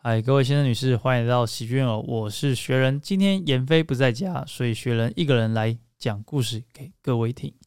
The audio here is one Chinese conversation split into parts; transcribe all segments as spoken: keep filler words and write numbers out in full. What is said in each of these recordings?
嗨，各位先生女士，欢迎来到喜剧院哦，我是学人。今天妍飞不在家，所以学人一个人来讲故事给各位听。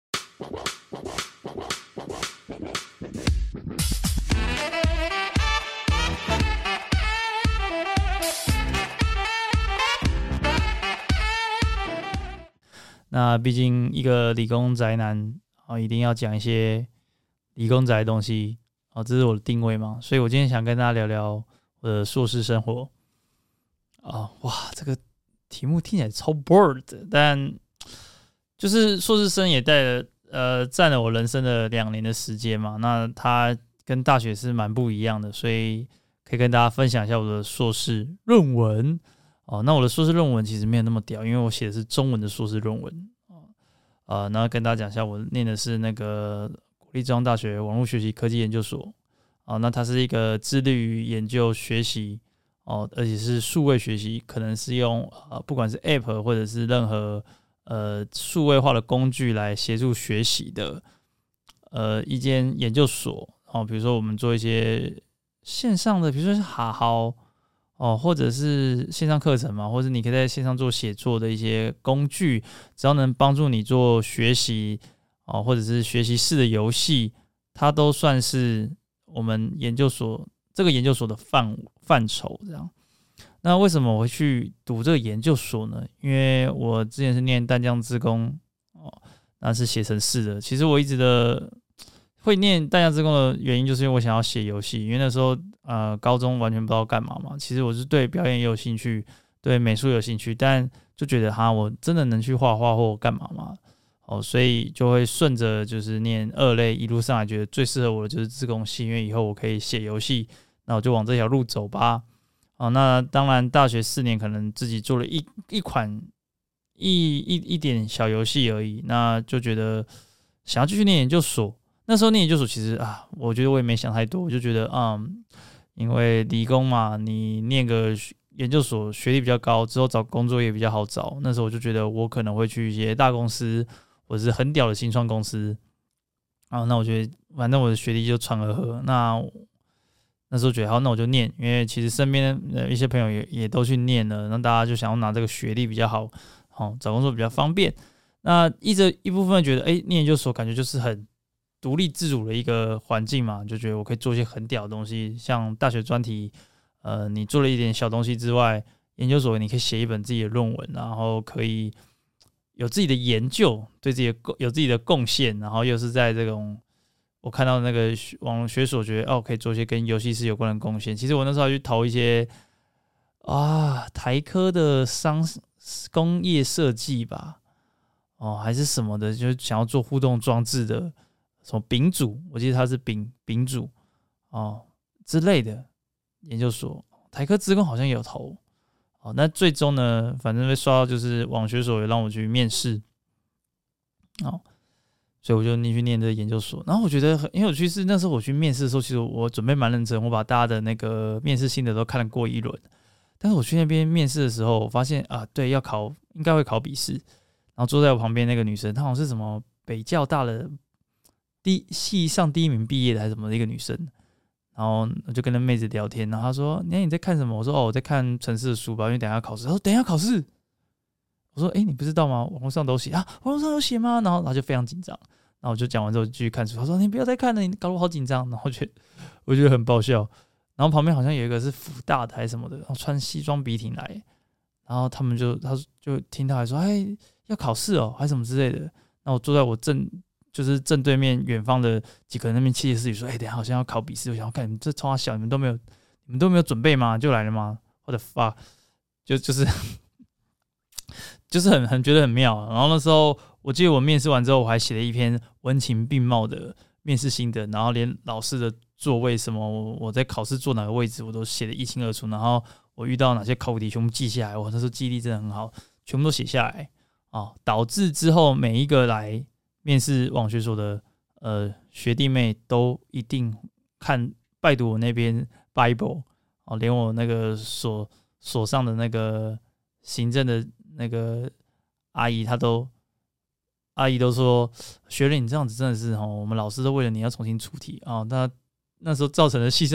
那毕竟一个理工宅男啊，一定要讲一些理工宅的东西啊，这是我的定位嘛。所以我今天想跟大家聊聊我的硕士生活啊。哇，这个题目听起来超 bored 的，但就是硕士生也带了呃占了我人生的两年的时间嘛。那它跟大学是蛮不一样的，所以可以跟大家分享一下我的硕士论文。哦，那我的硕士论文其实没有那么屌，因为我写的是中文的硕士论文。呃，然后跟大家讲一下，我念的是那个国立中央大学网络学习科技研究所。哦，那它是一个致力于研究学习哦，而且是数位学习，可能是用呃不管是 App 或者是任何呃数位化的工具来协助学习的呃一间研究所。哦，比如说我们做一些线上的，比如说是哈好。哦，或者是线上课程嘛，或者你可以在线上做写作的一些工具，只要能帮助你做学习哦，或者是学习式的游戏，它都算是我们研究所这个研究所的范范畴这样。那为什么我会去读这个研究所呢？因为我之前是念淡江资工哦，那是写程式的。其实我一直的会念淡江资工的原因，就是因为我想要写游戏，因为那时候。呃，高中完全不知道干嘛嘛。其实我是对表演也有兴趣，对美术有兴趣，但就觉得哈，我真的能去画画或干嘛吗？哦，所以就会顺着就是念二类，一路上来觉得最适合我的就是资工系，因为以后我可以写游戏，那我就往这条路走吧。哦，那当然大学四年可能自己做了一一款一一一点小游戏而已，那就觉得想要继续念研究所。那时候念研究所其实啊，我觉得我也没想太多，我就觉得嗯。因为理工嘛，你念个研究所学历比较高，之后找工作也比较好找。那时候我就觉得我可能会去一些大公司，或者是很屌的新创公司。啊，那我觉得反正我的学历就传而合。那那时候觉得好，那我就念，因为其实身边的一些朋友也也都去念了，那大家就想要拿这个学历比较好，好找工作比较方便。那一直一部分觉得，哎，念研究所感觉就是很。独立自主的一个环境嘛，就觉得我可以做一些很屌的东西，像大学专题，呃，你做了一点小东西之外，研究所你可以写一本自己的论文，然后可以有自己的研究，对自己的有自己的贡献，然后又是在这种我看到那个网络学所，觉得哦，可以做一些跟游戏室有关的贡献。其实我那时候要去投一些啊台科的商工业设计吧，哦还是什么的，就是想要做互动装置的。什么丙组，我记得他是丙丙组哦之类的研究所，台科资工好像也有投哦。那最终呢，反正被刷到就是网学所也让我去面试哦，所以我就你去念这个研究所。然后我觉得很有趣是那时候我去面试的时候，其实我准备蛮认真，我把大家的那个面试心得都看了过一轮。但是我去那边面试的时候，我发现啊，对，要考应该会考笔试。然后坐在我旁边那个女生，她好像是什么北教大的。第系上第一名毕业的还是什么的一个女生，然后我就跟那妹子聊天，然后她说：“你你在看什么？”我说：“哦，我在看程式的书吧，因为等一下考试。”她说：“等一下考试。”我说：“哎、欸，你不知道吗？网络上都写啊，网络上有写吗？”然后她就非常紧张，然后我就讲完之后就继续看书。她说：“你不要再看了，你搞得我好紧张。”然后觉得我觉得很爆笑。然后旁边好像有一个是辅大的还是什么的，然后穿西装笔挺来，然后他们就他就听到还说：“哎，要考试哦，还是什么之类的。”然后我坐在我正。就是正对面远方的几个人那边窃窃私语说：“哎、欸，等一下好像要考笔试，我想要看你们这从小你们都没有，你们都没有准备吗？就来了吗？或者发就就是就是很很觉得很妙。”然后那时候我记得我面试完之后，我还写了一篇文情并茂的面试心得，然后连老师的座位什么，我在考试坐哪个位置，我都写得一清二楚。然后我遇到哪些考古题全部记下来，我那时候记忆力真的很好，全部都写下来哦，导致之后每一个来。面试网学所的呃学弟妹都一定看拜读我那边 Bible 哦，连我那个所所上的那个行政的那个阿姨，她都阿姨都说学人你这样子真的是哦，我们老师都为了你要重新出题啊、哦，那那时候造成了系上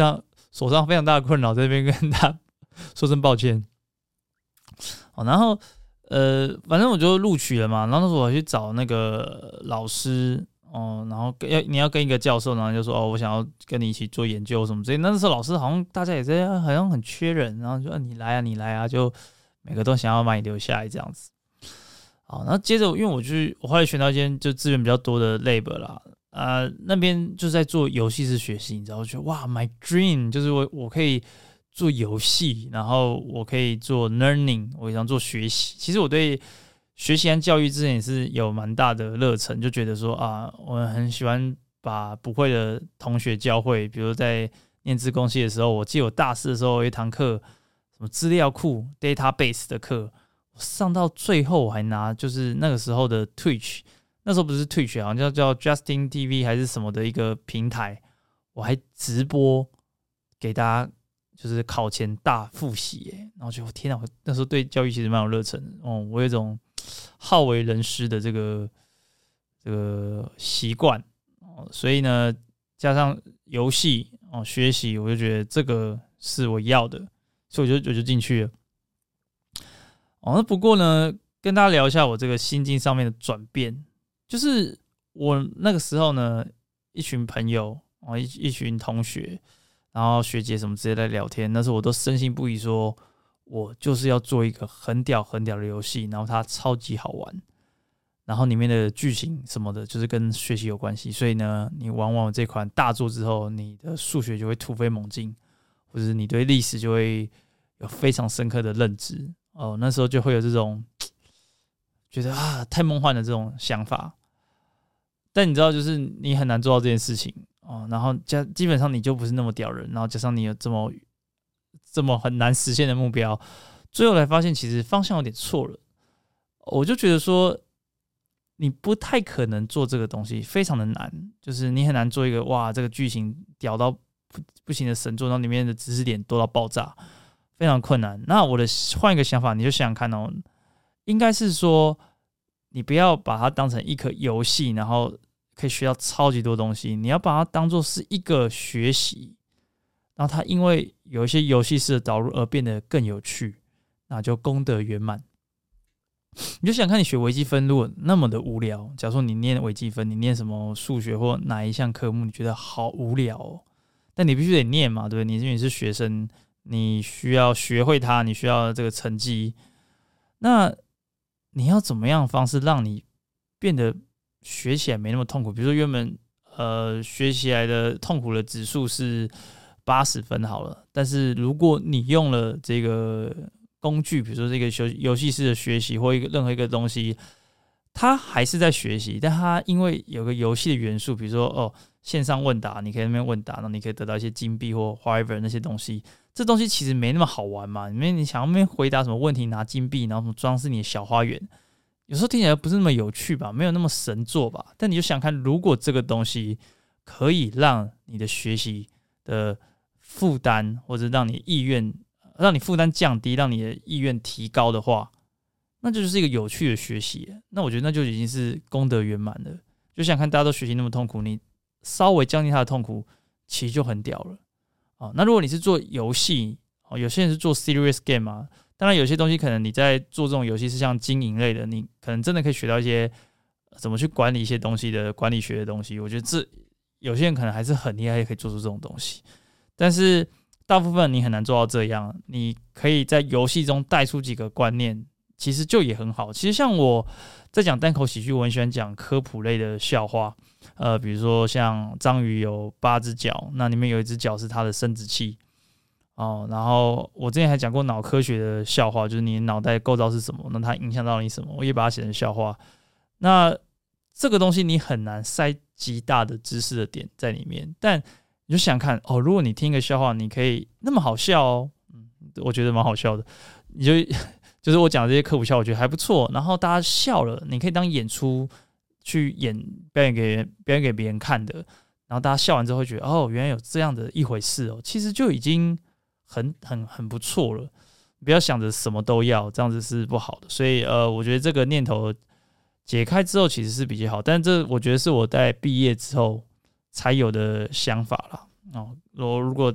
手上非常大的困扰，在这边跟大家说声抱歉。好，然后呃，反正我就录取了嘛，然后那时候我去找那个老师哦，然后要你要跟一个教授，然后就说哦，我想要跟你一起做研究什么之类的。那时候老师好像大家也在，好像很缺人，然后就说、啊、你来啊，你来啊，就每个都想要把你留下来这样子。好，然后接着因为我去，我后来选到一间就资源比较多的 lab 啦，啊、呃，那边就是在做游戏式学习，你知道，我觉得哇 ，my dream 就是我我可以做游戏，然后我可以做 learning， 我也想做学习。其实我对学习和教育之前也是有蛮大的热忱，就觉得说啊，我很喜欢把不会的同学教会。比如在念资工系的时候，我记得我大四的时候有一堂课，什么资料库 database 的课，我上到最后我还拿就是那个时候的 Twitch， 那时候不是 Twitch， 好像叫叫 Justin T V 还是什么的一个平台，我还直播给大家。就是考前大复习耶，然后就天哪，我那时候对教育其实蛮有热忱的哦，我有一种好为人师的这个这个习惯哦，所以呢，加上游戏哦学习，我就觉得这个是我要的，所以我就我就进去了。哦，那不过呢，跟大家聊一下我这个心境上面的转变，就是我那个时候呢，一群朋友哦，一一群同学。然后学姐什么之类在聊天，那时候我都深信不疑说，我就是要做一个很屌很屌的游戏，然后它超级好玩，然后里面的剧情什么的，就是跟学习有关系。所以呢，你玩完这款大作之后，你的数学就会突飞猛进，或者你对历史就会有非常深刻的认知。哦，那时候就会有这种觉得啊太梦幻的这种想法。但你知道，就是你很难做到这件事情。哦，然后加基本上你就不是那么屌人，然后加上你有这么这么很难实现的目标，最后来发现其实方向有点错了。我就觉得说，你不太可能做这个东西，非常的难，就是你很难做一个哇，这个剧情屌到不不行的神作，然后里面的知识点多到爆炸，非常困难。那我的换一个想法，你就想想看哦，应该是说，你不要把它当成一颗游戏，然后可以学到超级多东西，你要把它当作是一个学习，然后它因为有一些游戏式的导入而变得更有趣，那就功德圆满。你就想看你学微积分如果那么的无聊，假如说你念微积分，你念什么数学或哪一项科目，你觉得好无聊哦，但你必须得念嘛，对不对？你因为你是学生，你需要学会它，你需要这个成绩，那你要怎么样的方式让你变得学起来没那么痛苦？比如说原本呃学起来的痛苦的指数是八十分好了，但是如果你用了这个工具，比如说这个游戏式的学习或一个任何一个东西，它还是在学习，但它因为有个游戏的元素，比如说哦线上问答，你可以在那边问答，然后你可以得到一些金币或 whatever 那些东西，这东西其实没那么好玩嘛，因为你想要那边回答什么问题拿金币，然后什么装饰你的小花园。有时候听起来不是那么有趣吧，没有那么神作吧。但你就想看，如果这个东西可以让你的学习的负担，或者让你意愿，让你负担降低，让你的意愿提高的话，那就是一个有趣的学习。那我觉得那就已经是功德圆满了。就想看大家都学习那么痛苦，你稍微降低他的痛苦，其实就很屌了。哦，那如果你是做游戏，哦，有些人是做 serious game 啊。当然，有些东西可能你在做这种游戏是像经营类的，你可能真的可以学到一些怎么去管理一些东西的管理学的东西。我觉得这有些人可能还是很厉害，也可以做出这种东西。但是大部分你很难做到这样。你可以在游戏中带出几个观念，其实就也很好。其实像我在讲单口喜剧，我很喜欢讲科普类的笑话。呃，比如说像章鱼有八只脚，那里面有一只脚是它的生殖器。哦，然后我之前还讲过脑科学的笑话，就是你脑袋构造是什么，那它影响到你什么，我也把它写成笑话。那这个东西你很难塞极大的知识的点在里面，但你就想看哦，如果你听一个笑话，你可以那么好笑哦，嗯，我觉得蛮好笑的。你就就是我讲的这些科普笑话，我觉得还不错，然后大家笑了，你可以当演出去演表演给表演给别人看的，然后大家笑完之后会觉得哦，原来有这样的一回事哦，其实就已经。很很很不错了，不要想着什么都要，这样子是不好的。所以呃，我觉得这个念头解开之后其实是比较好，但这我觉得是我在毕业之后才有的想法啦。哦，如果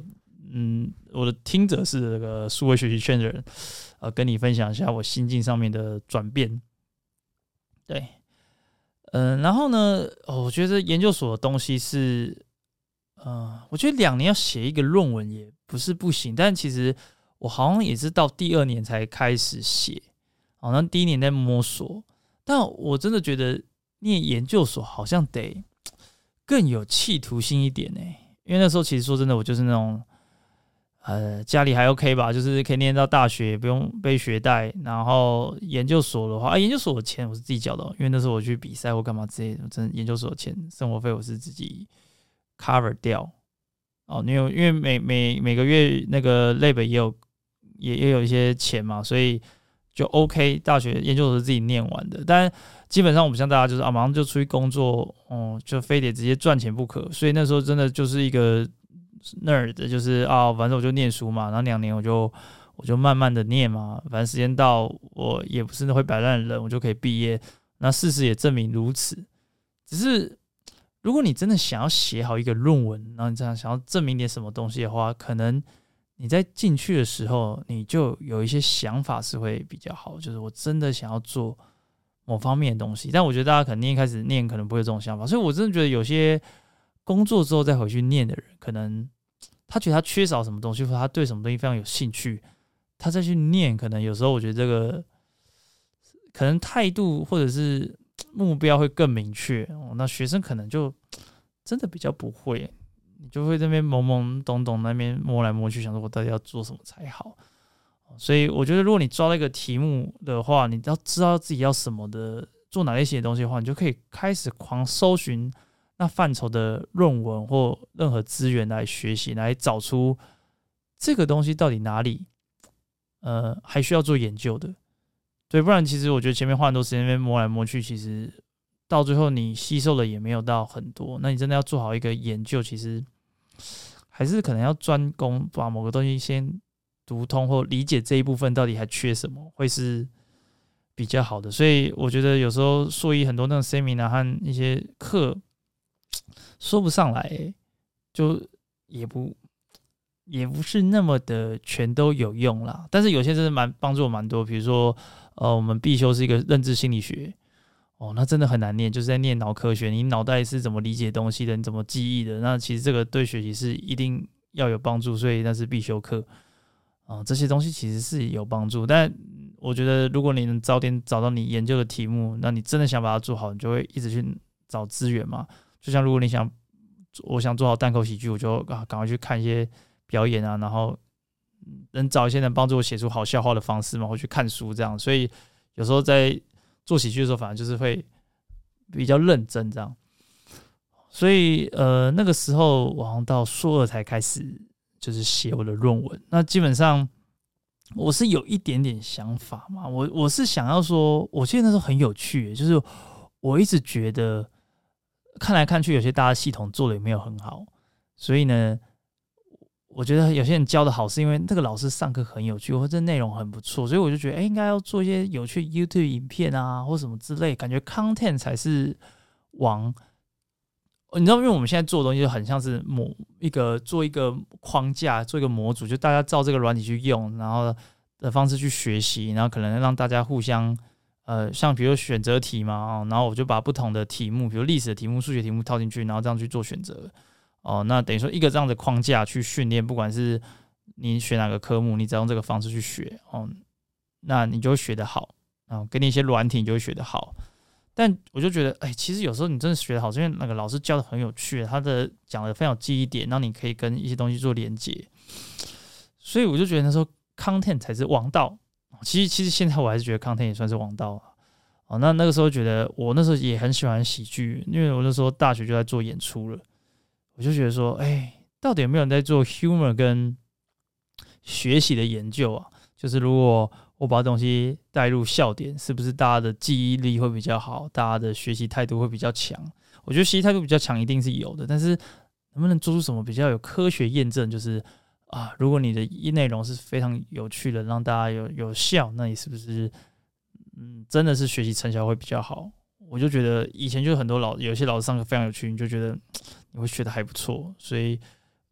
嗯，我的听者是这个数位学习圈的人，呃，跟你分享一下我心境上面的转变。对，嗯、呃，然后呢，哦，我觉得研究所的东西是，呃，我觉得两年要写一个论文也不是不行，但其实我好像也是到第二年才开始写，好像第一年在摸索，但我真的觉得念研究所好像得更有企图心一点呢、欸，因为那时候其实说真的，我就是那种。呃，家里还 OK 吧，就是可以念到大学，不用背学贷。然后研究所的话，啊，研究所的钱我是自己缴的，因为那时候我去比赛或干嘛之类的，真的研究所的钱生活费我是自己 cover 掉。哦，因为因为每每每个月那个 lab 也有也也有一些钱嘛，所以就 OK。大学研究所是自己念完的，但基本上我们像大家就是啊，马上就出去工作，哦、嗯，就非得直接赚钱不可。所以那时候真的就是一个。nerd 就是啊，反正我就念书嘛，然后两年我就我就慢慢的念嘛，反正时间到，我也不是会摆烂的人，我就可以毕业。那事实也证明如此。只是如果你真的想要写好一个论文，然后你这样想要证明点什么东西的话，可能你在进去的时候，你就有一些想法是会比较好，就是我真的想要做某方面的东西。但我觉得大家可能一开始念可能不会有这种想法，所以我真的觉得有些工作之后再回去念的人，可能他觉得他缺少什么东西，或者他对什么东西非常有兴趣，他再去念，可能有时候我觉得这个可能态度或者是目标会更明确、哦。那学生可能就真的比较不会，你就会在那边懵懵懂懂，那边摸来摸去，想说我到底要做什么才好。所以我觉得，如果你抓到一个题目的话，你要知道自己要什么的，做哪类型的东西的话，你就可以开始狂搜寻那范畴的论文或任何资源来学习，来找出这个东西到底哪里呃还需要做研究的。对，不然其实我觉得前面花很多时间那边摸来摸去，其实到最后你吸收的也没有到很多。那你真的要做好一个研究，其实还是可能要专攻把某个东西先读通或理解这一部分到底还缺什么，会是比较好的。所以我觉得有时候硕一很多那种 seminar 和一些课说不上来、欸，就也不也不是那么的全都有用啦。但是有些真的蛮帮助我蛮多，比如说呃，我们必修是一个认知心理学，哦，那真的很难念，就是在念脑科学，你脑袋是怎么理解东西的，你怎么记忆的，那其实这个对学习是一定要有帮助，所以那是必修课啊、呃。这些东西其实是有帮助，但我觉得如果你能早点找到你研究的题目，那你真的想把它做好，你就会一直去找资源嘛。就像如果你想，我想做好单口喜剧，我就啊赶快去看一些表演啊，然后能找一些能帮助我写出好笑话的方式嘛，或去看书这样。所以有时候在做喜剧的时候，反而就是会比较认真这样。所以呃那个时候我好像到硕二才开始就是写我的论文。那基本上我是有一点点想法嘛，我我是想要说，我记得那时候很有趣，就是我一直觉得。看来看去，有些大家系统做的也没有很好，所以呢，我觉得有些人教的好，是因为那个老师上课很有趣，或者内容很不错，所以我就觉得，哎、欸，应该要做一些有趣 YouTube 影片啊，或什么之类，感觉 content 才是王。你知道，因为我们现在做的东西就很像是模一个做一个框架，做一个模组，就大家照这个软体去用，然后的方式去学习，然后可能让大家互相。呃，像比如选择题嘛、哦，然后我就把不同的题目，比如历史的题目、数学题目套进去，然后这样去做选择。哦，那等于说一个这样的框架去训练，不管是你选哪个科目，你只要用这个方式去学，哦，那你就会学得好。哦，给你一些软体，你就会学得好。但我就觉得，哎，其实有时候你真的学得好，是因为那个老师教的很有趣，他的讲的非常有记忆点，让你可以跟一些东西做连接。所以我就觉得那时候 content 才是王道。其实，其实现在我还是觉得 content 也算是王道了。哦，那那个时候觉得，我那时候也很喜欢喜剧，因为我那时候大学就在做演出了。我就觉得说，哎、欸，到底有没有人在做 humor 跟学习的研究啊？就是如果我把东西带入笑点，是不是大家的记忆力会比较好，大家的学习态度会比较强？我觉得学习态度比较强一定是有的，但是能不能做出什么比较有科学验证，就是啊，如果你的内容是非常有趣的，让大家有有效，那你是不是嗯真的是学习成效会比较好？我就觉得以前就很多老有些老师上课非常有趣，你就觉得你会学的还不错，所以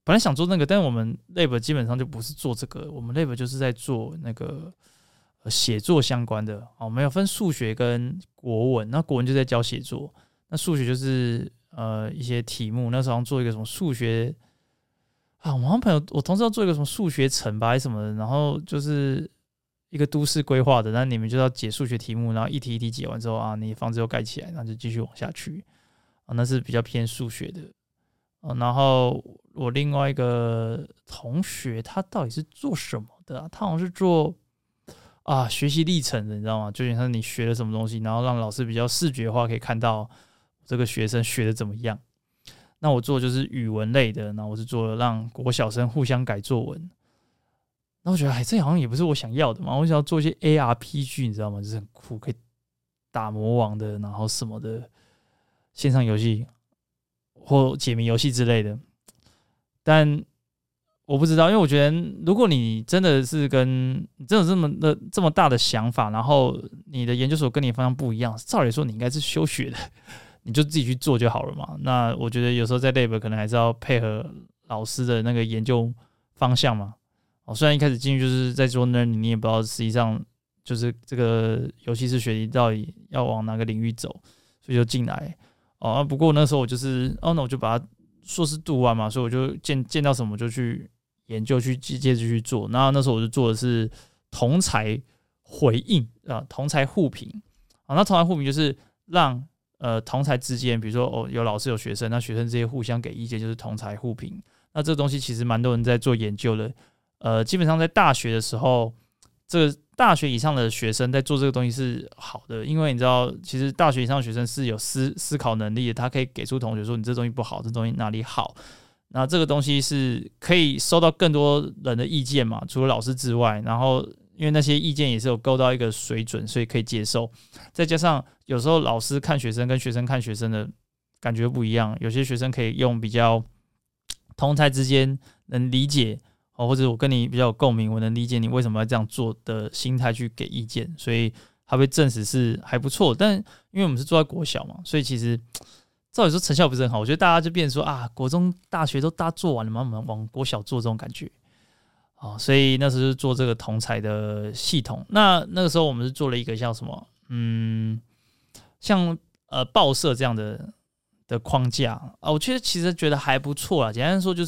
本来想做那个，但是我们 lab 基本上就不是做这个，我们 lab 就是在做那个写作相关的。我们有分数学跟国文，那国文就在教写作，那数学就是呃一些题目。那时候做一个什么数学啊，我好像朋友我同事要做一个什么数学城吧还是什么的，然后就是一个都市规划的，那你们就要解数学题目，然后一题一题解完之后啊，你房子又盖起来，那就继续往下去啊，那是比较偏数学的。啊、然后我另外一个同学，他到底是做什么的啊？他好像是做啊学习历程的，你知道吗？就像是你学了什么东西，然后让老师比较视觉化，可以看到这个学生学的怎么样。那我做的就是语文类的，那我是做了让国小生互相改作文。那我觉得，哎，这好像也不是我想要的嘛。我想要做一些 A R P G， 你知道吗？就是很酷，可以打魔王的，然后什么的线上游戏。或解谜游戏之类的，但我不知道，因为我觉得如果你真的是跟你真的这么的这么大的想法，然后你的研究所跟你方向不一样，照理说你应该是休学的，你就自己去做就好了嘛。那我觉得有时候在 lab 可能还是要配合老师的那个研究方向嘛。哦，虽然一开始进去就是在做那，你也不知道实际上就是这个游戏是学习到底要往哪个领域走，所以就进来。哦，不过那时候我就是哦，那我就把它硕士读完嘛，所以我就见见到什么就去研究，去接着去做。然后那时候我就做的是同侪回应啊，同侪互评啊。那同侪互评就是让呃同侪之间，比如说哦有老师有学生，那学生之间互相给意见，就是同侪互评。那这个东西其实蛮多人在做研究的，呃，基本上在大学的时候，这个大学以上的学生在做这个东西是好的，因为你知道，其实大学以上的学生是有思思考能力的，他可以给出同学说你这东西不好，这东西哪里好。那这个东西是可以收到更多人的意见嘛，除了老师之外，然后因为那些意见也是有够到一个水准，所以可以接受。再加上有时候老师看学生跟学生看学生的感觉不一样，有些学生可以用比较同侪之间能理解。或者我跟你比较有共鸣，我能理解你为什么要这样做的心态去给意见，所以它被证实是还不错。但因为我们是做在国小嘛，所以其实照理说成效不是很好。我觉得大家就变成说啊，国中、大学都大家做完了嘛，我们往国小做这种感觉。哦，所以那时候就做这个同侪的系统。那那个时候我们是做了一个像什么，嗯，像呃报社这样的。的框架啊，我觉得其实觉得还不错啦。简单说就是，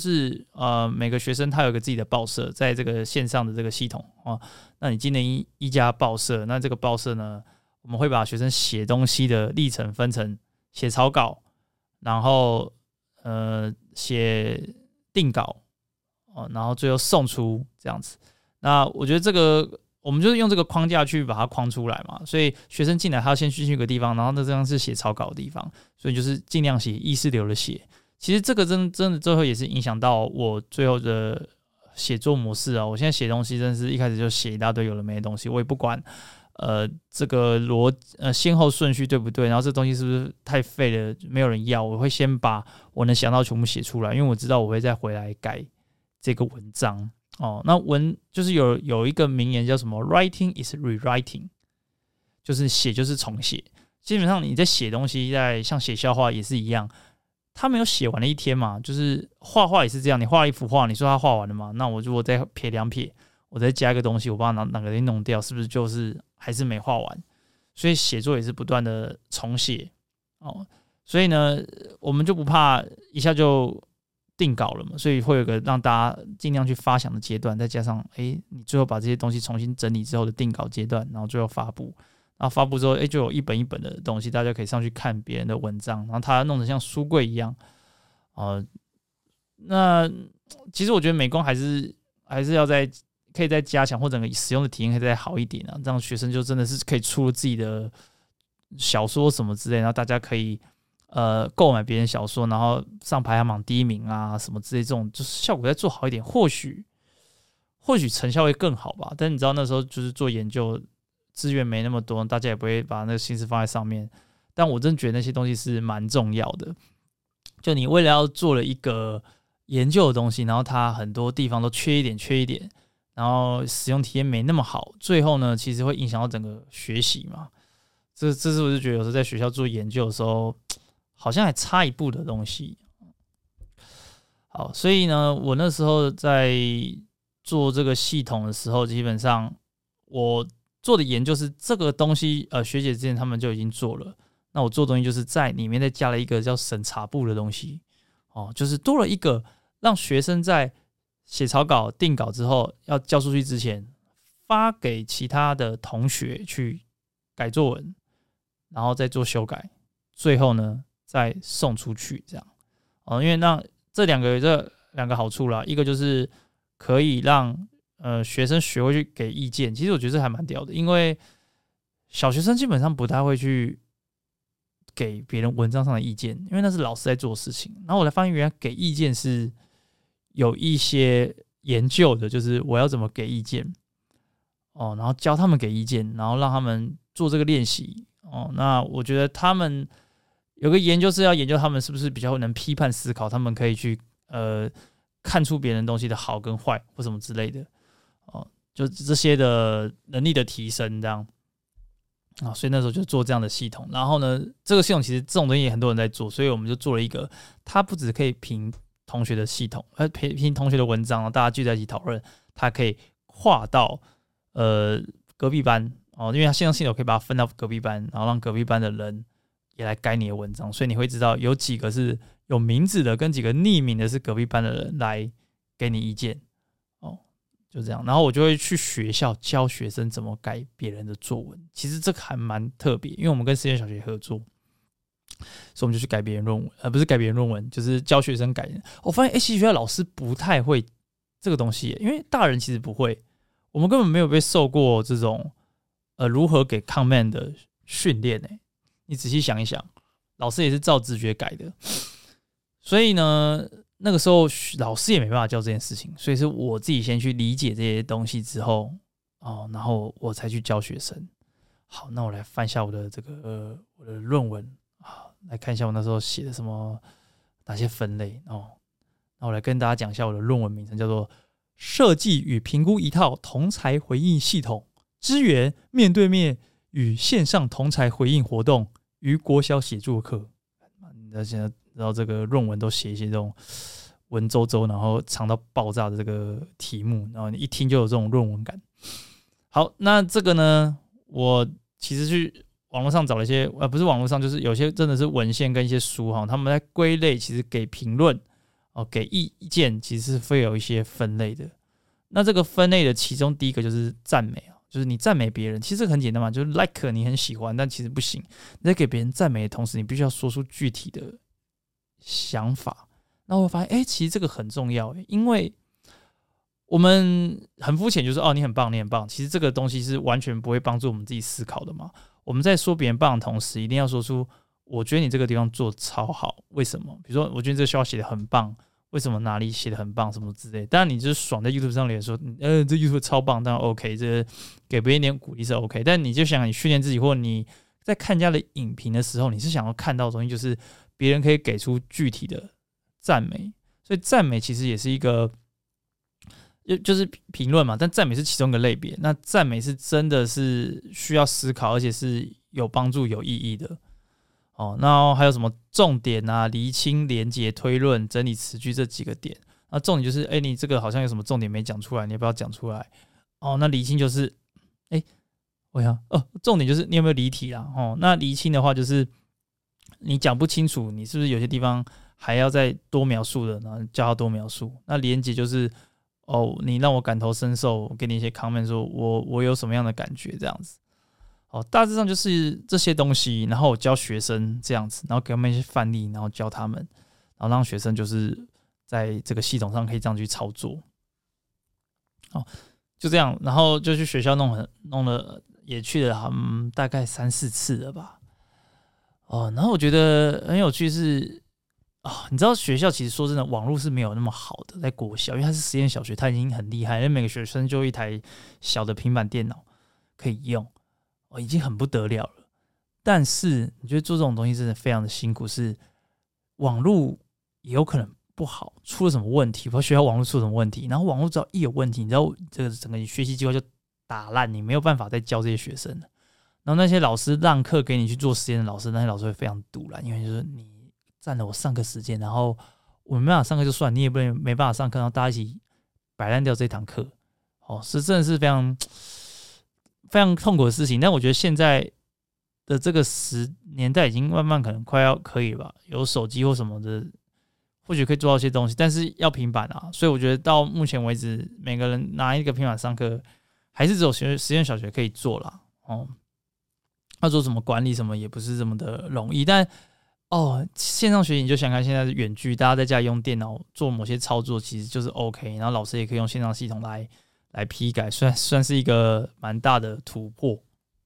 呃，每个学生他有一个自己的报社，在这个线上的这个系统啊。那你今年一一家报社，那这个报社呢，我们会把学生写东西的历程分成写草稿，然后呃写定稿哦，然后最后送出这样子。那我觉得这个。我们就是用这个框架去把它框出来嘛，所以学生进来他要先去一个地方，然后那这样是写草稿的地方，所以就是尽量写意识流的写。其实这个真真的最后也是影响到我最后的写作模式啊。我现在写东西真的是一开始就写一大堆有的没的东西，我也不管呃这个逻呃先后顺序对不对，然后这东西是不是太废了没有人要，我会先把我能想到全部写出来，因为我知道我会再回来改这个文章。哦，那文就是有有一个名言叫什么 "Writing is rewriting"， 就是写就是重写。基本上你在写东西，在像写笑话也是一样，他没有写完的一天嘛。就是画画也是这样，你画了一幅画，你说他画完了嘛？那我如果再撇两撇，我再加一个东西，我把哪哪个东西弄掉，是不是就是还是没画完？所以写作也是不断的重写哦。所以呢，我们就不怕一下就。定稿了嘛，所以会有个让大家尽量去发想的阶段，再加上哎，你最后把这些东西重新整理之后的定稿阶段，然后最后发布，然后发布之后，哎，就有一本一本的东西，大家可以上去看别人的文章，然后它弄得像书柜一样，呃，那其实我觉得美工还是还是要再可以再加强，或者使用的体验可以再好一点啊，这样学生就真的是可以出自己的小说什么之类，然后大家可以。呃，购买别人小说，然后上排行榜第一名啊，什么之类，这种就是效果再做好一点，或许或许成效会更好吧。但你知道那时候就是做研究，资源没那么多，大家也不会把那个心思放在上面。但我真的觉得那些东西是蛮重要的。就你为了要做了一个研究的东西，然后它很多地方都缺一点，缺一点，然后使用体验没那么好，最后呢，其实会影响到整个学习嘛。这这是我就觉得有时候在学校做研究的时候。好像还差一步的东西。 好，所以呢，我那时候在做这个系统的时候，基本上我做的研究是这个东西，呃，学姐之前他们就已经做了。那我做的东西就是在里面再加了一个叫审查部的东西，哦，就是多了一个让学生在写草稿、定稿之后要交出去之前，发给其他的同学去改作文，然后再做修改，最后呢再送出去，这样哦，因为让这两个这两个好处啦，一个就是可以让呃学生学会去给意见，其实我觉得这还蛮屌的，因为小学生基本上不太会去给别人文章上的意见，因为那是老师在做的事情。然后我才发现，原来给意见是有一些研究的，就是我要怎么给意见哦，然后教他们给意见，然后让他们做这个练习哦。那我觉得他们有个研究是要研究他们是不是比较能批判思考，他们可以去呃看出别人东西的好跟坏或什么之类的哦，就这些的能力的提升这样。啊，所以那时候就做这样的系统，然后呢，这个系统其实这种东西也很多人在做，所以我们就做了一个，它不只可以评同学的系统，呃，评评同学的文章，大家聚在一起讨论，它可以跨到呃隔壁班哦，因为它线上系统可以把它分到隔壁班，然后让隔壁班的人也来改你的文章，所以你会知道有几个是有名字的，跟几个匿名的是隔壁班的人来给你意见。就这样，然后我就会去学校教学生怎么改别人的作文。其实这个还蛮特别，因为我们跟实验小学合作，所以我们就去改别人论文，呃，不是改别人论文，就是教学生改。我发现，哎、欸，其实学校老师不太会这个东西，因为大人其实不会，我们根本没有被受过这种呃如何给 comment 的训练。哎，你仔细想一想，老师也是照直觉改的，所以呢。那个时候老师也没办法教这件事情，所以是我自己先去理解这些东西之后，哦，然后我才去教学生。好，那我来翻一下我的这个、呃、我的论文啊，来看一下我那时候写的什么哪些分类哦。那我来跟大家讲一下我的论文名称，叫做《设计与评估一套同侪回应系统，支援面对面与线上同侪回应活动与国小写作课》。那现在。然后这个论文都写一些这种文绉绉，然后长到爆炸的这个题目，然后你一听就有这种论文感。好，那这个呢，我其实去网络上找了一些，呃，不是网络上，就是有些真的是文献跟一些书哈，他们在归类，其实给评论哦，给意见，其实是会有一些分类的。那这个分类的其中第一个就是赞美啊，就是你赞美别人，其实很简单嘛，就是 like 你很喜欢，但其实不行。你在给别人赞美的同时，你必须要说出具体的想法，那我发现，哎、欸，其实这个很重要，因为我们很肤浅，就是哦，你很棒，你很棒。其实这个东西是完全不会帮助我们自己思考的嘛。我们在说别人棒的同时，一定要说出，我觉得你这个地方做得超好，为什么？比如说，我觉得这个笑话写得很棒，为什么哪里写得很棒，什么之类。当然，你就是爽在 YouTube 上脸说，呃，这 YouTube 超棒，当然 OK， 这给别人一点鼓励是 OK。但你就想，你训练自己，或你在看人家的影评的时候，你是想要看到的东西，就是别人可以给出具体的赞美，所以赞美其实也是一个，就是评论嘛，但赞美是其中一个类别。那赞美是真的是需要思考，而且是有帮助、有意义的。哦，那还有什么重点啊、厘清、连结、推论、整理词句这几个点。那重点就是，哎、欸，你这个好像有什么重点没讲出来，你要不要讲出来？哦，那厘清就是，哎、欸，我想，哦，重点就是你有没有离题啦？哦，那厘清的话就是。你讲不清楚，你是不是有些地方还要再多描述的，然后叫他多描述。那连结就是哦，你让我感同身受，我给你一些 comment 说我我有什么样的感觉这样子。哦，大致上就是这些东西，然后我教学生这样子，然后给他们一些范例，然后教他们，然后让学生就是在这个系统上可以这样去操作。哦，就这样，然后就去学校弄很弄了，也去了嗯大概三四次了吧。哦，然后我觉得很有趣是啊、哦，你知道学校其实说真的，网络是没有那么好的，在国小，因为它是实验小学，它已经很厉害，因为每个学生就一台小的平板电脑可以用，哦，已经很不得了了。但是你觉得做这种东西真的非常的辛苦，是网络也有可能不好，出了什么问题，或学校网络出了什么问题，然后网络只要一有问题，你知道这个整个学习计划就打烂，你没有办法再教这些学生了。然后那些老师让课给你去做实验的老师，那些老师会非常堵啦，因为就是你占了我上课时间，然后我没办法上课就算，你也不能没办法上课，然后大家一起摆烂掉这堂课，哦，是真的是非常非常痛苦的事情。但我觉得现在的这个时年代已经慢慢可能快要可以了吧，有手机或什么的，或许可以做到一些东西，但是要平板啊。所以我觉得到目前为止，每个人拿一个平板上课，还是只有实验小学可以做啦。哦，要做什么管理什么也不是这么的容易。但哦，线上学习你就想看现在是远距，大家在家里用电脑做某些操作，其实就是 OK。然后老师也可以用线上系统来来批改，算算是一个蛮大的突破。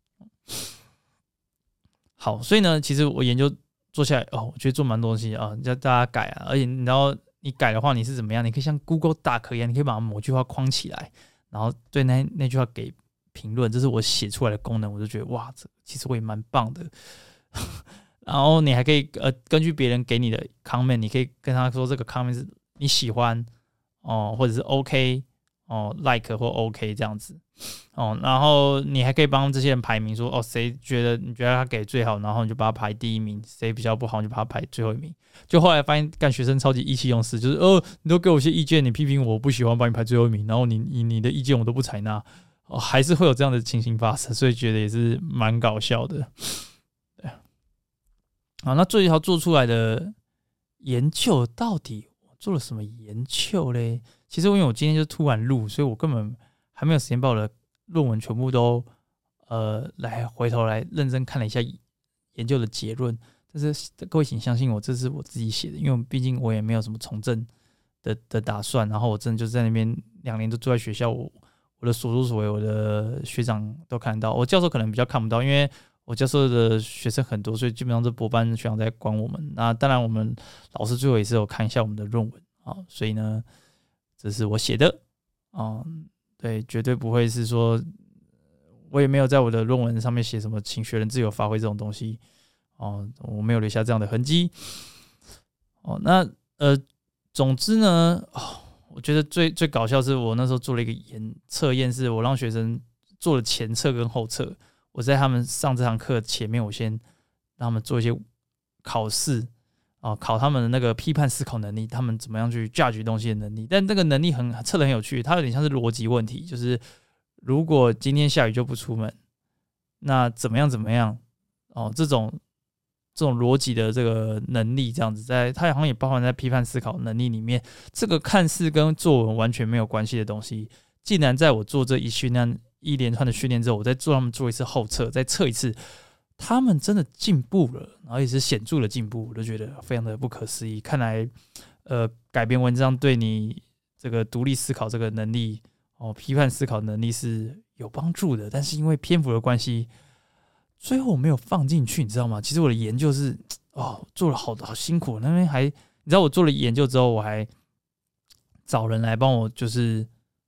好，所以呢，其实我研究做下来，哦，我觉得做蛮多东西啊，叫大家改啊。而且你知道，你改的话，你是怎么样？你可以像 Google Doc 一样，你可以把某句话框起来，然后对那那句话给评论，这是我写出来的功能，我就觉得哇，这其实我也蛮棒的。然后你还可以呃根据别人给你的 comment， 你可以跟他说这个 comment 是你喜欢哦，或者是 OK 哦 like 或 OK 这样子哦。然后你还可以帮这些人排名说，哦，谁觉得你觉得他给最好，然后你就把他排第一名，谁比较不好你就把他排最后一名。就后来发现干学生超级意气用事，就是哦你都给我一些意见，你批评我，我不喜欢把你排最后一名，然后你你你的意见我都不采纳，哦，还是会有这样的情形发生，所以觉得也是蛮搞笑的。对，好，那最后做出来的研究到底我做了什么研究嘞？其实因为我今天就突然录，所以我根本还没有时间把我的论文全部都呃来回头来认真看了一下研究的结论。但是各位请相信我，这是我自己写的，因为毕竟我也没有什么从政 的, 的打算。然后我真的就是在那边两年都住在学校，我我的所作所为，我的学长都看得到，我教授可能比较看不到，因为我教授的学生很多，所以基本上是博班学长在管我们。那当然，我们老师最后也是有看一下我们的论文啊，所以呢，这是我写的啊，对，绝对不会是说，我也没有在我的论文上面写什么请学人自由发挥这种东西哦，我没有留下这样的痕迹哦。那呃，总之呢，哦，我觉得最最搞笑是我那时候做了一个研测验，是我让学生做了前测跟后测。我在他们上这堂课前面，我先让他们做一些考试啊，考他们的那个批判思考能力，他们怎么样去 judge 东西的能力。但这个能力很测得很有趣，它有点像是逻辑问题，就是如果今天下雨就不出门，那怎么样怎么样哦，这种这种逻辑的这个能力，这样子在它好像也包含在批判思考能力里面。这个看似跟作文完全没有关系的东西，竟然在我做这一训练一连串的训练之后，我再做他们做一次后测，再测一次，他们真的进步了，然后也是显著的进步，我就觉得非常的不可思议。看来，呃，改编文章对你这个独立思考这个能力，哦，批判思考能力是有帮助的。但是因为篇幅的关系，最后我没有放进去，你知道吗？其实我的研究是哦，做了好好辛苦，那边还你知道，我做了研究之后，我还找人来帮我，就是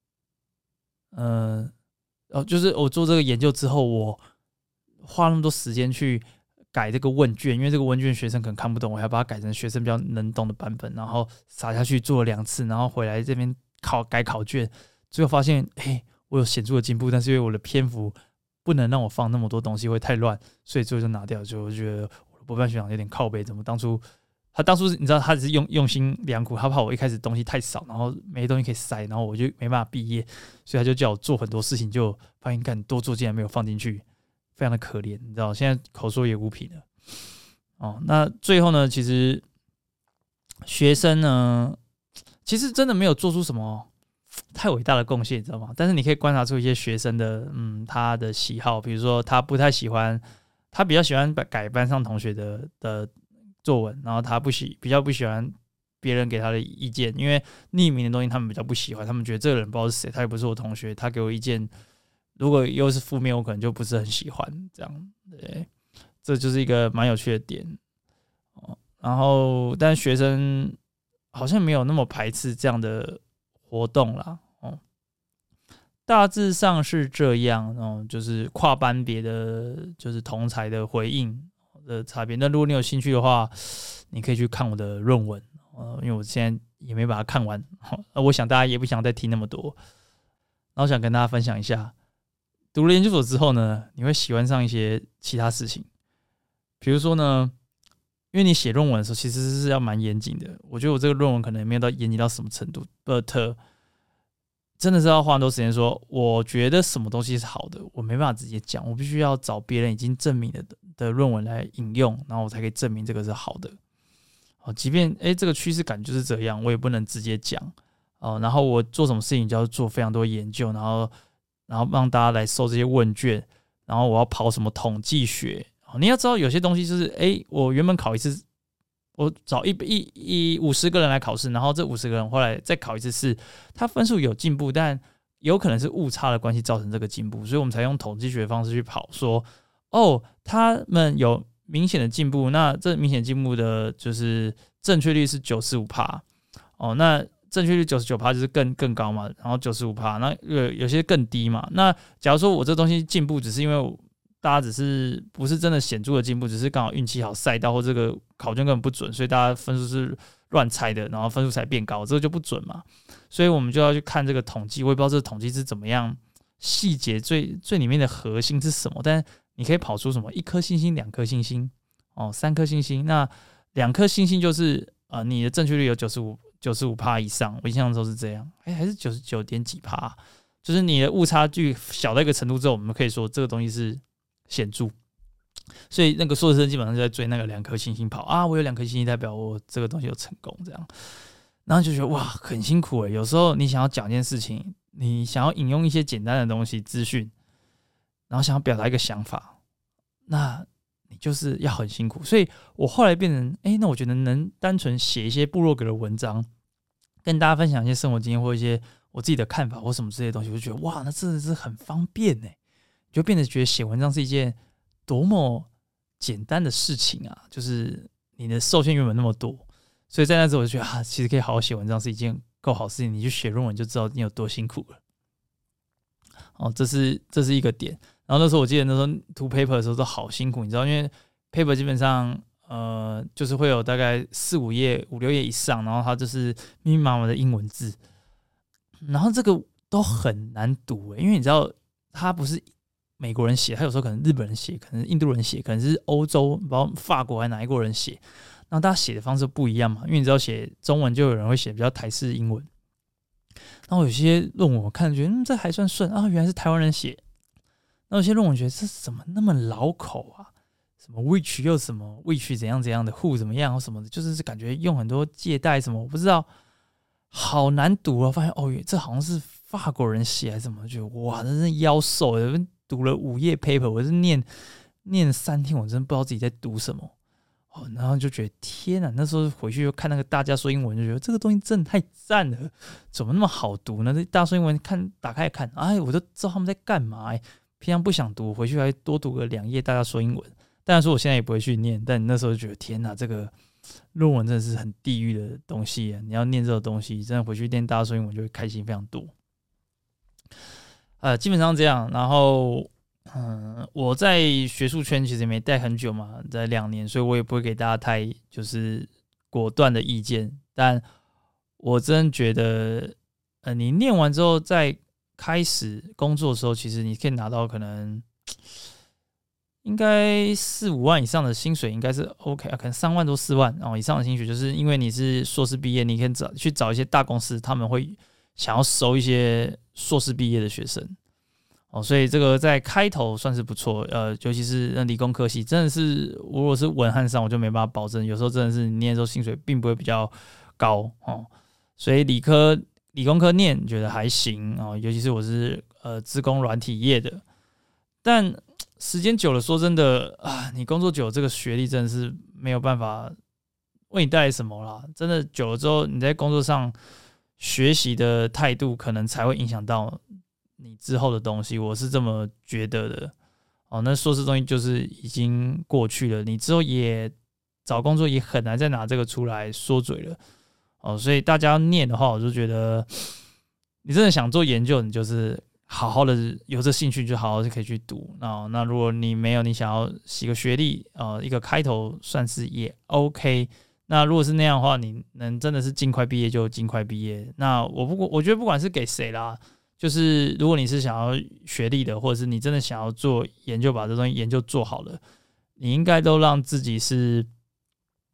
嗯。呃哦，就是我做这个研究之后，我花那么多时间去改这个问卷，因为这个问卷学生可能看不懂，我还要把它改成学生比较能懂的版本，然后撒下去做了两次，然后回来这边考改考卷，最后发现，哎，我有显著的进步，但是因为我的篇幅不能让我放那么多东西，会太乱，所以最后就拿掉。就我觉得我的博班学长有点靠北，怎么当初他当初你知道他只是用用心良苦，他怕我一开始东西太少，然后没东西可以塞，然后我就没办法毕业，所以他就叫我做很多事情，就发现干多做竟然没有放进去，非常的可怜，你知道，现在口说也无凭了。哦，那最后呢，其实学生呢，其实真的没有做出什么太伟大的贡献，你知道吗？但是你可以观察出一些学生的嗯他的喜好，比如说他不太喜欢，他比较喜欢改班上同学的的作文，然后他不喜比较不喜欢别人给他的意见，因为匿名的东西他们比较不喜欢，他们觉得这个人不知道是谁，他也不是我同学，他给我意见，如果又是负面，我可能就不是很喜欢。这样，对，这就是一个蛮有趣的点。哦，然后，但学生好像没有那么排斥这样的活动啦。哦，大致上是这样。哦，就是跨班别的，就是同侪的回应的差别。那如果你有兴趣的话，你可以去看我的论文，呃，因为我现在也没把它看完，呃，我想大家也不想再听那么多，然后想跟大家分享一下，读了研究所之后呢，你会喜欢上一些其他事情，比如说呢， 因为你写论文的时候其实是要蛮严谨的。我觉得我这个论文可能也没有到严谨到什么程度 ，but 真的是要花很多时间说，我觉得什么东西是好的，我没办法直接讲，我必须要找别人已经证明的的论文来引用，然后我才可以证明这个是好的。哦，即便哎这个趋势感就是这样，我也不能直接讲哦。然后我做什么事情就要做非常多研究，然后然后让大家来收这些问卷，然后我要跑什么统计学。哦，你要知道有些东西就是哎，我原本考一次。我找一一一五十个人来考试，然后这五十个人后来再考一次试，他分数有进步，但有可能是误差的关系造成这个进步，所以我们才用统计学的方式去跑，说哦，他们有明显的进步，那这明显进步的就是正确率是 百分之九十五， 哦，那正确率 百分之九十九 就是更更高嘛，然后 百分之九十五， 那有有些更低嘛。那假如说我这东西进步只是因为我大家只是不是真的显著的进步，只是刚好运气好赛到或这个考卷根本不准，所以大家分数是乱猜的，然后分数才变高，这个就不准嘛。所以我们就要去看这个统计，我也不知道这个统计是怎么样，细节最最里面的核心是什么，但你可以跑出什么一颗星星、两颗星星、哦三颗星星，那两颗星星就是呃你的正确率有九十五 九十五%以上，我印象中是这样，哎还是九十九点几%，就是你的误差距小到一个程度之后，我们可以说这个东西是显著，所以那个硕士生基本上就在追那个两颗星星跑啊，我有两颗星星代表我这个东西有成功这样，然后就觉得哇很辛苦诶。有时候你想要讲一件事情，你想要引用一些简单的东西资讯，然后想要表达一个想法，那你就是要很辛苦。所以我后来变成哎，那我觉得能单纯写一些部落格的文章，跟大家分享一些生活经验或一些我自己的看法或什么这些东西，我就觉得哇那真的是很方便诶。就变得觉得写文章是一件多么简单的事情啊！就是你的受限原本那么多，所以在那时候我就觉得啊，其实可以好好写文章是一件够好事情。你去写论文就知道你有多辛苦了。哦，这是这是一个点。然后那时候我记得那时候读 paper 的时候都好辛苦，你知道，因为 paper 基本上呃就是会有大概四五页、五六页以上，然后它就是密密麻麻的英文字，然后这个都很难读、欸、因为你知道它不是美国人写，他有时候可能日本人写，可能印度人写，可能是欧洲，不知道法国还是哪一国人写，然后大家写的方式不一样嘛。因为你知道写中文就有人会写比较台式英文，然后有些论文我看觉得嗯这还算顺啊，原来是台湾人写。那有些论文觉得这怎么那么老口啊？什么 which 又什么 which 怎样怎样的 who 怎么样或什么的，就是感觉用很多借代什么，我不知道，好难读啊！发现哦，这好像是法国人写还是什么，觉得哇，真是妖兽！读了五页 paper， 我是念念三天，我真的不知道自己在读什么。哦，然后就觉得天哪！那时候回去又看那个大家说英文，就觉得这个东西真的太赞了，怎么那么好读呢？这大家说英文看打开来看，哎，我都知道他们在干嘛、欸。平常不想读，回去还多读个两页大家说英文。当然说我现在也不会去念，但那时候就觉得天哪，这个论文真的是很地狱的东西、啊。你要念这个东西，真的回去念大家说英文就会开心非常多。呃，基本上这样，然后，嗯，我在学术圈其实也没待很久嘛，在两年，所以我也不会给大家太就是果断的意见。但我真的觉得，呃，你念完之后再开始工作的时候，其实你可以拿到可能应该四五万以上的薪水，应该是 OK 啊，可能三万多四万哦以上的薪水，就是因为你是硕士毕业，你可以找去找一些大公司，他们会想要收一些硕士毕业的学生，哦，所以这个在开头算是不错，呃，尤其是理工科系，真的是如果是文翰上，我就没办法保证，有时候真的是你念的时候薪水并不会比较高哦，所以理科理工科念觉得还行哦，尤其是我是呃资工软体业的，但时间久了，说真的啊，你工作久了，这个学历真的是没有办法为你带来什么啦，真的久了之后，你在工作上学习的态度可能才会影响到你之后的东西，我是这么觉得的。哦，那硕士东西就是已经过去了，你之后也找工作也很难再拿这个出来说嘴了。哦，所以大家念的话，我就觉得你真的想做研究，你就是好好的有这兴趣，就好好的可以去读。那那如果你没有，你想要洗个学历，呃，一个开头算是也 OK。那如果是那样的话，你能真的是尽快毕业就尽快毕业。那我不我觉得不管是给谁啦，就是如果你是想要学历的，或者是你真的想要做研究，把这东西研究做好了，你应该都让自己是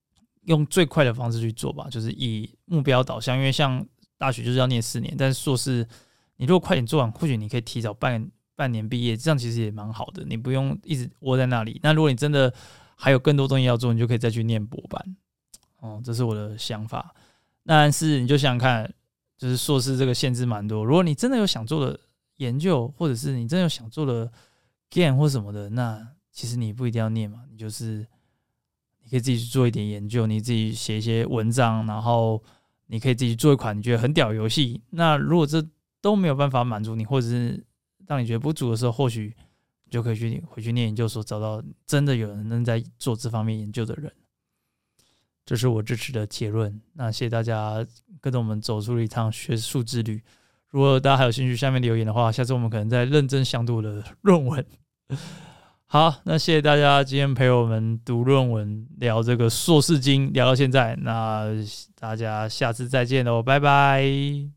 用最快的方式去做吧，就是以目标导向。因为像大学就是要念四年，但是硕士你如果快点做完，或许你可以提早半半年毕业，这样其实也蛮好的，你不用一直窝在那里。那如果你真的还有更多东西要做，你就可以再去念博班。哦，这是我的想法。但是你就想想看，就是硕士这个限制蛮多。如果你真的有想做的研究，或者是你真的有想做的 game 或什么的，那其实你不一定要念嘛，你就是你可以自己去做一点研究，你自己写一些文章，然后你可以自己做一款你觉得很屌的游戏。那如果这都没有办法满足你，或者是让你觉得不足的时候，或许你就可以去回去念研究所，找到真的有人能在做这方面研究的人。这是我支持的结论。那谢谢大家跟着我们走出了一趟学术之旅。如果大家还有兴趣，下面留言的话，下次我们可能再认真详读的论文。好，那谢谢大家今天陪我们读论文，聊这个硕士经，聊到现在。那大家下次再见喽，拜拜。